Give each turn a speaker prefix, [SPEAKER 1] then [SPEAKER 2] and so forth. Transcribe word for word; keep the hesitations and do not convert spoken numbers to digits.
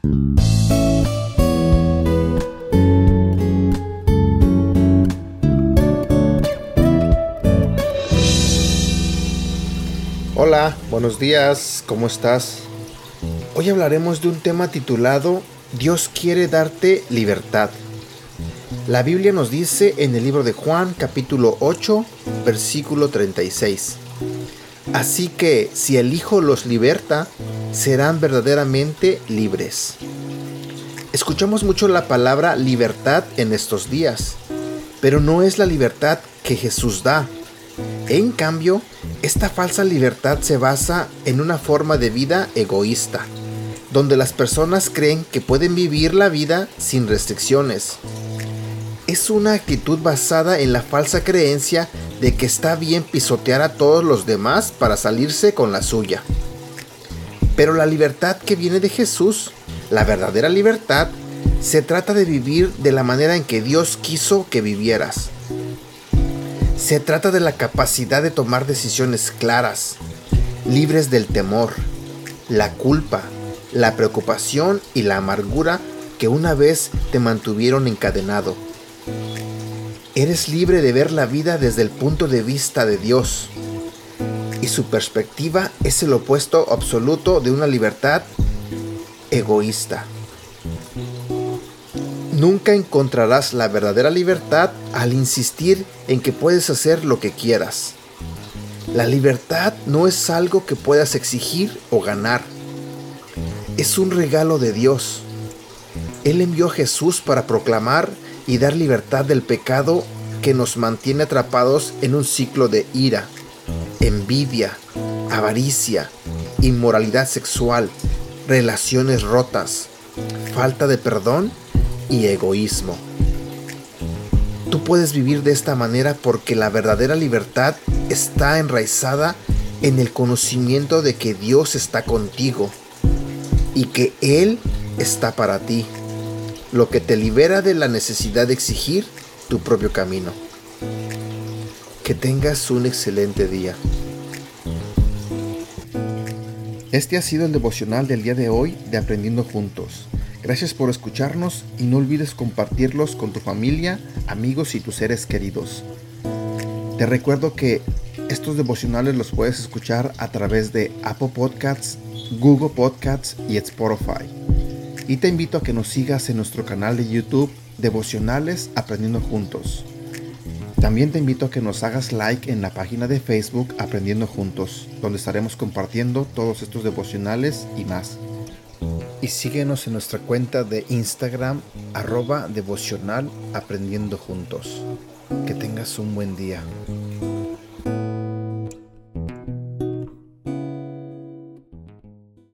[SPEAKER 1] Hola, buenos días, ¿cómo estás? Hoy hablaremos de un tema titulado Dios quiere darte libertad. La Biblia nos dice en el libro de Juan, capítulo ocho, versículo treinta y seis. Así que si el Hijo los liberta, serán verdaderamente libres. Escuchamos mucho la palabra libertad en estos días, pero no es la libertad que Jesús da. En cambio, esta falsa libertad se basa en una forma de vida egoísta, donde las personas creen que pueden vivir la vida sin restricciones. Es una actitud basada en la falsa creencia de que está bien pisotear a todos los demás para salirse con la suya. Pero la libertad que viene de Jesús, la verdadera libertad, se trata de vivir de la manera en que Dios quiso que vivieras. Se trata de la capacidad de tomar decisiones claras, libres del temor, la culpa, la preocupación y la amargura que una vez te mantuvieron encadenado. Eres libre de ver la vida desde el punto de vista de Dios, y su perspectiva es el opuesto absoluto de una libertad egoísta. Nunca encontrarás la verdadera libertad al insistir en que puedes hacer lo que quieras. La libertad no es algo que puedas exigir o ganar. Es un regalo de Dios. Él envió a Jesús para proclamar y dar libertad del pecado que nos mantiene atrapados en un ciclo de ira, envidia, avaricia, inmoralidad sexual, relaciones rotas, falta de perdón y egoísmo. Tú puedes vivir de esta manera porque la verdadera libertad está enraizada en el conocimiento de que Dios está contigo y que Él está para ti, lo que te libera de la necesidad de exigir tu propio camino. Que tengas un excelente día. Este ha sido el devocional del día de hoy de Aprendiendo Juntos. Gracias por escucharnos y no olvides compartirlos con tu familia, amigos y tus seres queridos. Te recuerdo que estos devocionales los puedes escuchar a través de Apple Podcasts, Google Podcasts y Spotify. Y te invito a que nos sigas en nuestro canal de YouTube Devocionales Aprendiendo Juntos. También te invito a que nos hagas like en la página de Facebook Aprendiendo Juntos, donde estaremos compartiendo todos estos devocionales y más. Y síguenos en nuestra cuenta de Instagram, arroba devocional aprendiendo juntos. Que tengas un buen día.